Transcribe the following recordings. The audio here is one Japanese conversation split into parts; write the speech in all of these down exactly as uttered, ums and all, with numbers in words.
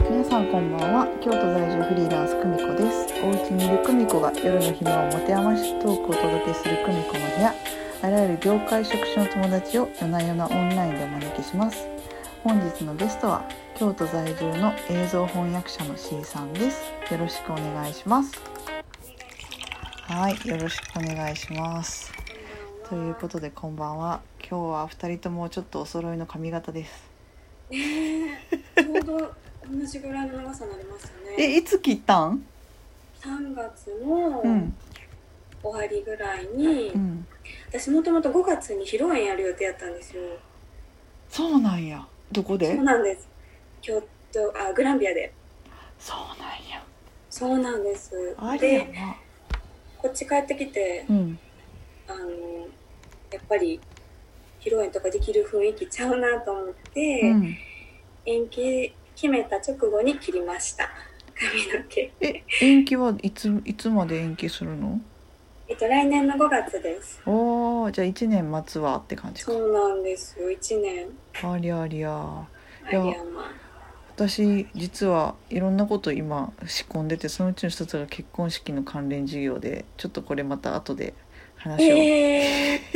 皆さんこんばんは。京都在住フリーランス久美子です。お家にいる久美子が夜の昼間を持て余しトークをお届けする久美子の部屋。あらゆる業界職種の友達を夜な夜なオンラインでお招きします。本日のゲストは京都在住の映像翻訳者の C さんです。よろしくお願いします。はい、よろしくお願いします。ということでこんばんは。今日はふたりともちょっとお揃いの髪型です。 ねえ、ちょうど同じぐらいの長さになりましたね。 え、いつ切ったん？ さんがつのうん終わりぐらいに、 うん、 私もともとごがつに披露宴やる予定やったんですよ。 そうなんや。どこで？ そうなんです。京都、あ、グランビアで。 そうなんや。 そうなんです。 あれやな。 で、こっち帰ってきて、 うん、 あのやっぱり披露宴とかできる雰囲気ちゃうなと思って、 うん、 延期決めた直後に切りました。髪の毛。 え、延期はいついつまで延期するの？ えっと来年のごがつです。 おー、じゃあいちねん待つわって感じか。 そうなんですよ。いちねん。 ありゃありゃ。 あいや、 りゃまあ。 私実はいろんなこと今仕込んでて、そのうちの一つが結婚式の関連事業で、ちょっとこれまた後で話を、 えー、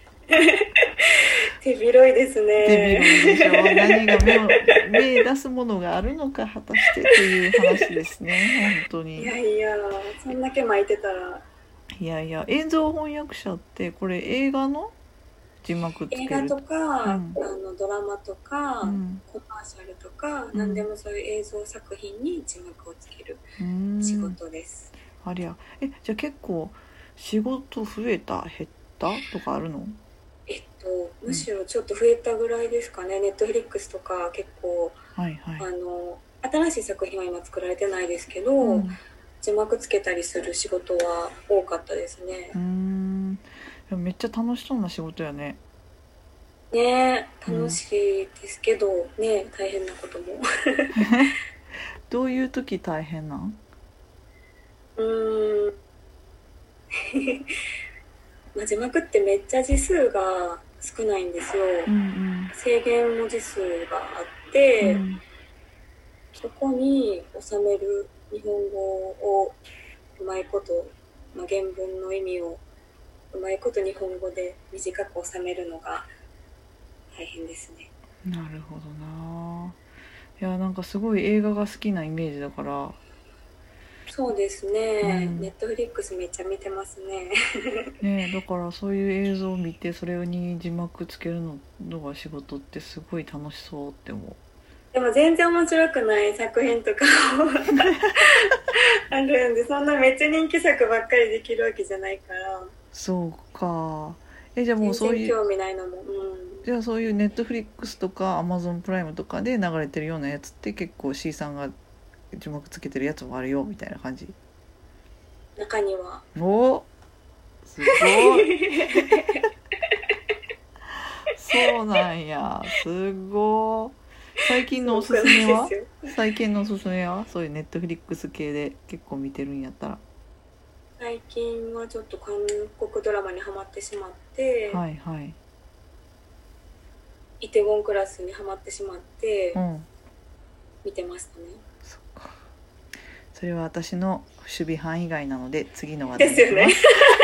手広いですね。 手広いでしょ。何が目を目出すものがあるのか果たしてという話ですね。本当に。 いやいや、そんだけ巻いてたら。 いやいや、映像翻訳者ってこれ映画の字幕つける？ 映画とか、 うん、 あのドラマとか、 うん、 コマーシャルとか、 うん、 何でもそういう映像作品に字幕をつける仕事です。 ありゃ。え、じゃあ結構仕事増えた減ったとかあるの？ えっとむしろちょっと増えたぐらいですかね。ネットフリックスとか結構、 はいはい、 あの新しい作品は今作られてないですけど、 うん、 字幕つけたりする仕事は多かったですね。 うーん、めっちゃ楽しそうな仕事やね。 ね、楽しいですけど、うん、ね、大変なこともどういう時大変なん？ うーんまあ、字幕ってめっちゃ字数が少ないんですよ、 うんうん、 制限文字数があって、うん、そこに収める日本語をうまいこと、まあ、原文の意味をうまいこと日本語で短く収めるのが大変ですね。 なるほどな。いや、なんかすごい映画が好きなイメージだから。 そうですね、 うん、 ネットフリックスめっちゃ見てますねね、だからそういう映像を見てそれに字幕つけるのが仕事ってすごい楽しそうって思う。 でも全然面白くない作品とかもあるんで、そんなめっちゃ人気作ばっかりできるわけじゃないから。 そうか。え、じゃあもうそういう、 全然興味ないのも、うん、 じゃあそういうネットフリックスとかアマゾンプライムとかで流れてるようなやつって結構 C さんが字幕つけてるやつもあるよみたいな感じ？ 中には。 お、すごいそうなんや、すごい。最近のおすすめは？最近のおすすめはそういうネットフリックス系で結構見てるんやったら。 最近はちょっと韓国ドラマにハマってしまって、 はいはい、 イテウォンクラスにハマってしまって、 うん、 見てましたね。 そっか。それは私の守備範囲外なので次の話題にですよね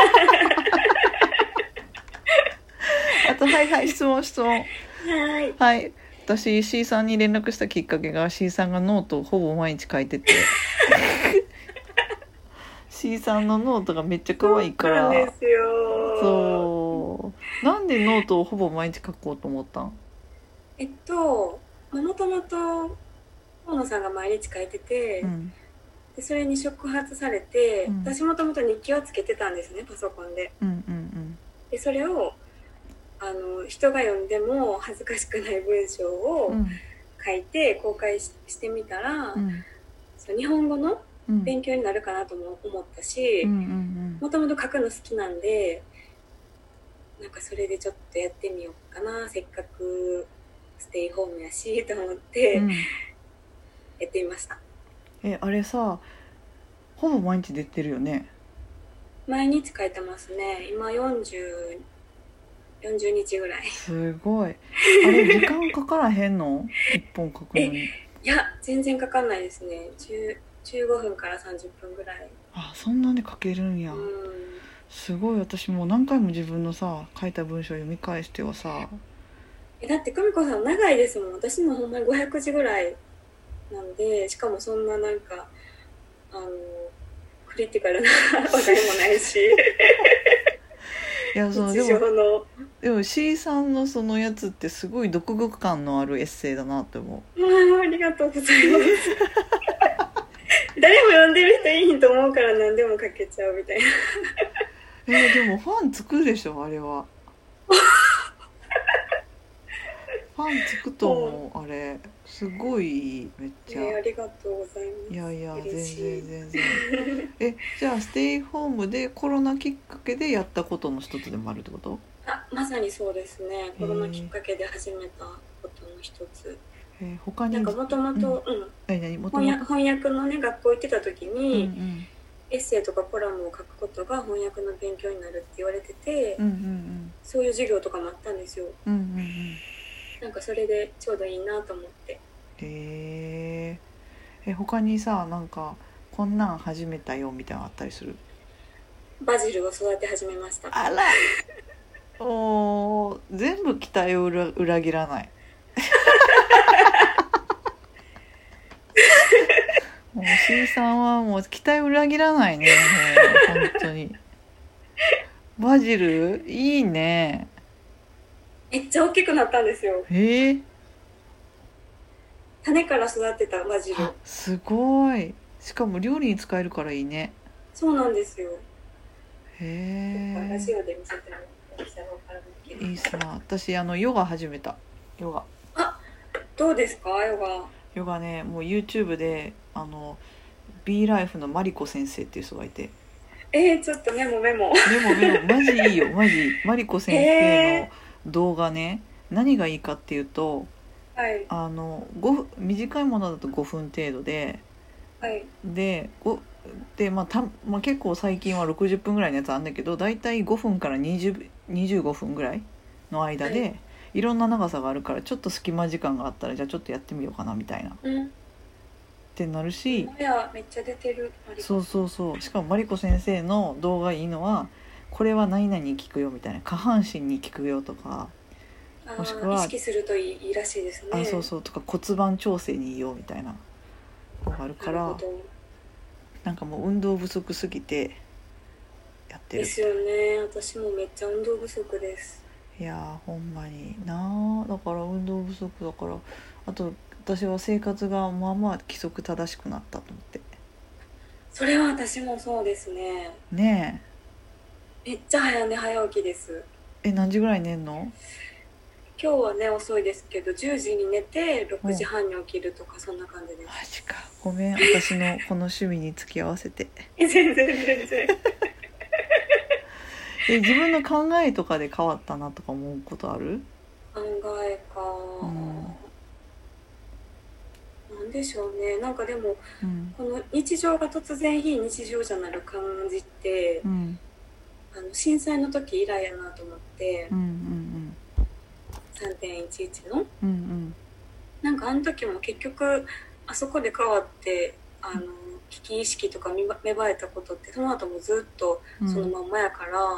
あと、はいはい、質問質問。 はいはい、私 C さんに連絡したきっかけが C さんがノートをほぼ毎日書いててC さんのノートがめっちゃ可愛いから。 そうなんですよ。 そうなんでノートをほぼ毎日書こうと思ったん？ えっともともと河野さんが毎日書いてて、うん、でそれに触発されて、うん、私もともと日記をつけてたんですね、パソコンで、うんうんうん、でそれをあの人が読んでも恥ずかしくない文章を書いて公開 し, してみたら、うん、そう日本語の勉強になるかなとも思ったし、もともと書くの好きなんで、なんかそれでちょっとやってみようかな、せっかくステイホームやしと思って、うん、やってみました。 え、あれさ、ほぼ毎日出てるよね？ 毎日書いてますね。今よんじゅう、よんじゅうにちぐらい。 すごい。あれ時間かからへんの？いっぽん書くのに。 いや全然かかんないですね。じゅう、じゅうごふんからさんじゅっぷんぐらい。 あ、そんなに書けるんや、うん、すごい。私もう何回も自分のさ書いた文章読み返してはさ、 えだって久美子さん長いですもん。私もほんまにごひゃくじぐらいなんで、しかもそんななんかあのクリティカルな話題もないしいや、その日常のでも C さんのそのやつってすごい読後感のあるエッセイだなって思う。 あありがとうございます誰も読んでる人いいと思うから何でも書けちゃうみたいなえー、でもファンつくでしょあれはファンつくと思う、あれすごいめっちゃ、 えー、ありがとうございます。 いやいや全然全然えじゃあステイホームでコロナきっかけでやったことの一つでもあるってこと？ あ、まさにそうですね。コロナきっかけで始めたことの一つ。 えー、他になんかもともと翻訳のね学校行ってた時に、うんうん、エッセイとかコラムを書くことが翻訳の勉強になるって言われてて、うんうんうん、そういう授業とかもあったんですよ、うんうんうん、なんかそれでちょうどいいなと思って。 へーえ他にさなんかこんなん始めたよみたいなのあったりする？ バジルを育て始めました。 あらお全部期待を 裏, 裏切らないもう C さんはもう期待を裏切らないね、もう本当に。バジルいいね。 めっちゃ大きくなったんですよ。 えー、 種から育てたバジル。 すごい。しかも料理に使えるからいいね。 そうなんですよ。 へえ。 ラジオで見せてもらったら分からないけど。 いいっすな。私あのヨガ始めた。ヨガ。 あ、どうですかヨガ。 ヨガね、もう YouTube であの B ライフのマリコ先生っていう人がいて。 えー、ちょっとメモメモ。 メモメモマジいいよマジ。マリコ先生の動画ね、何がいいかっていうと、 はい、 あのご短いものだとごふん程度で、 はい、 でで、まあたまあ、結構最近はろくじゅっぷんぐらいのやつあるんだけど、だいたいごふんからにじゅう、にじゅうごふんぐらいの間で、はい、いろんな長さがあるから、ちょっと隙間時間があったらじゃあちょっとやってみようかなみたいな、うん、ってなるし、 めっちゃ出てる。 そうそうそう。しかもマリコ先生の動画いいのは、これは何々に効くよみたいな、下半身に効くよとか、 もしくは意識するといいらしいですね。 あ、そうそうとか骨盤調整にいいよみたいなのがあるから、ななんかもう運動不足すぎてやってる。 ですよね。私もめっちゃ運動不足です。 いやほんまにな。だから運動不足だから、あと私は生活がまあまあ規則正しくなったと思って。 それは私もそうですね。 ねえ。めっちゃ早寝早起きです。 え、何時ぐらい寝んの？ 今日はね遅いですけどじゅうじに寝てろくじはんに起きるとか、そんな感じです。 マジか。ごめん、私のこの趣味に付き合わせて。 全然全然え、自分の考えとかで変わったなとか思うことある？ 考えか、うん、なんでしょうね。なんかでも、うん、この日常が突然非日常じゃなる感じって、うん、あの震災の時以来やなと思って、うんうんうん、さんてんいちいち の、うんうん、なんかあの時も結局あそこで変わってあの危機意識とか芽生えたことってその後もずっとそのまんまやから、うん、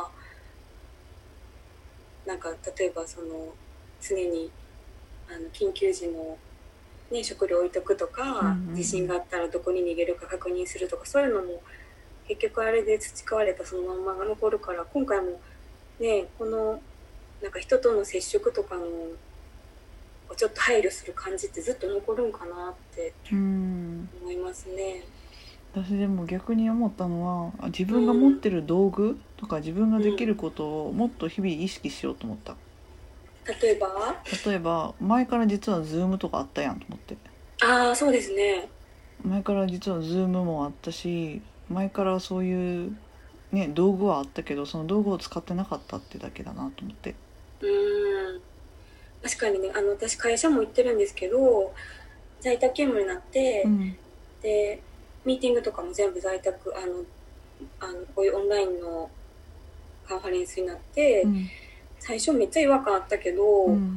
なんか例えばその常にあの緊急時の、ね、食料置いとくとか、うんうんうん、地震があったらどこに逃げるか確認するとか、そういうのも結局あれで培われたそのまんまが残るから、今回もねこのなんか人との接触とかのちょっと配慮する感じってずっと残るんかなって思いますね。 私でも逆に思ったのは、自分が持ってる道具とか自分ができることをもっと日々意識しようと思った、うんうん、例えば例えば前から実は Zoom とかあったやんと思って。 ああそうですね。 前から実は Zoom もあったし、前からそういうね道具はあったけど、その道具を使ってなかったってだけだなと思って。 うーん、確かにね。あの私会社も行ってるんですけど、在宅勤務になって、うん、でミーティングとかも全部在宅、あのあのこういうオンラインのカンファレンスになって、うん、最初めっちゃ違和感あったけど、うん、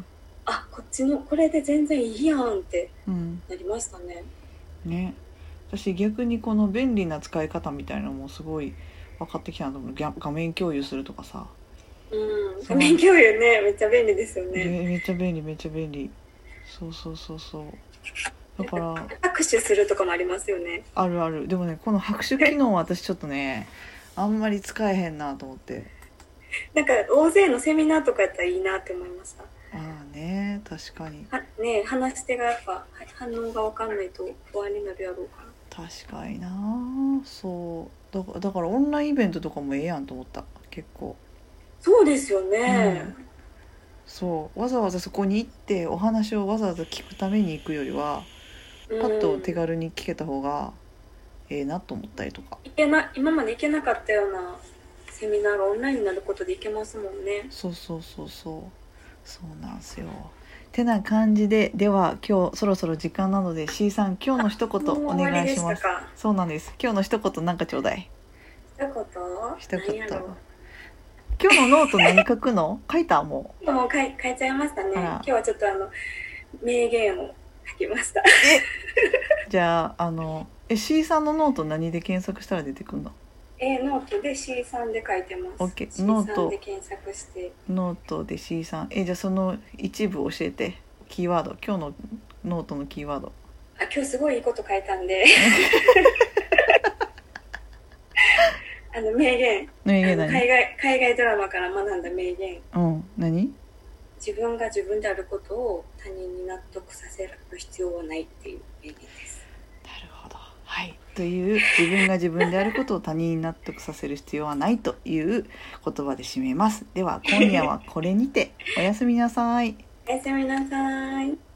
あ、こっちのこれで全然いいやんってなりましたね、 うん、ね。私逆にこの便利な使い方みたいなのもすごい分かってきたなと思う。画面共有するとかさ、 うん、画面共有ね、めっちゃ便利ですよね。 めっちゃ便利めっちゃ便利。そうそうそうそう。だから拍手するとかもありますよね。 あるある。でもね、この拍手機能は私ちょっとねあんまり使えへんなと思って。 なんか大勢のセミナーとかやったらいいなって思いました。 ああね、確かに。 はね、話し手がやっぱ反応が分かんないと不安になるやろうから。 確かにな。そうだから、だからオンラインイベントとかもええやんと思った。結構そうですよね、 うん、そうわざわざそこに行ってお話をわざわざ聞くために行くよりはパッと手軽に聞けた方がええなと思ったりとか。 いけな今まで行けなかったようなセミナーがオンラインになることで行けますもんね。 そうそうそうそうそうなんすよ。てな感じで、では今日そろそろ時間なので C さん今日の一言お願いします。そうなんです。今日の一言なんかちょうだい。 一言一言今日のノート何書くの？書いた？もうもう書い、書いちゃいましたね。今日はちょっとあの名言を書きました。 えじゃああのえ C さんのノート何で検索したら出てくるの？ えノートで シーさんで書いてます。 OK ノートシーさんで検索してノートで シーさん。えじゃあその一部教えて。キーワード、今日のノートのキーワード。 あ、今日すごいいいこと書いたんであの名言、 名言何？ 海外海外ドラマから学んだ名言。 うん、何？ 自分が自分であることを他人に納得させる必要はないっていう名言です。 なるほど。はい。という自分が自分であることを他人に納得させる必要はないという言葉で締めます。では今夜はこれにておやすみなさい。 おやすみなさい。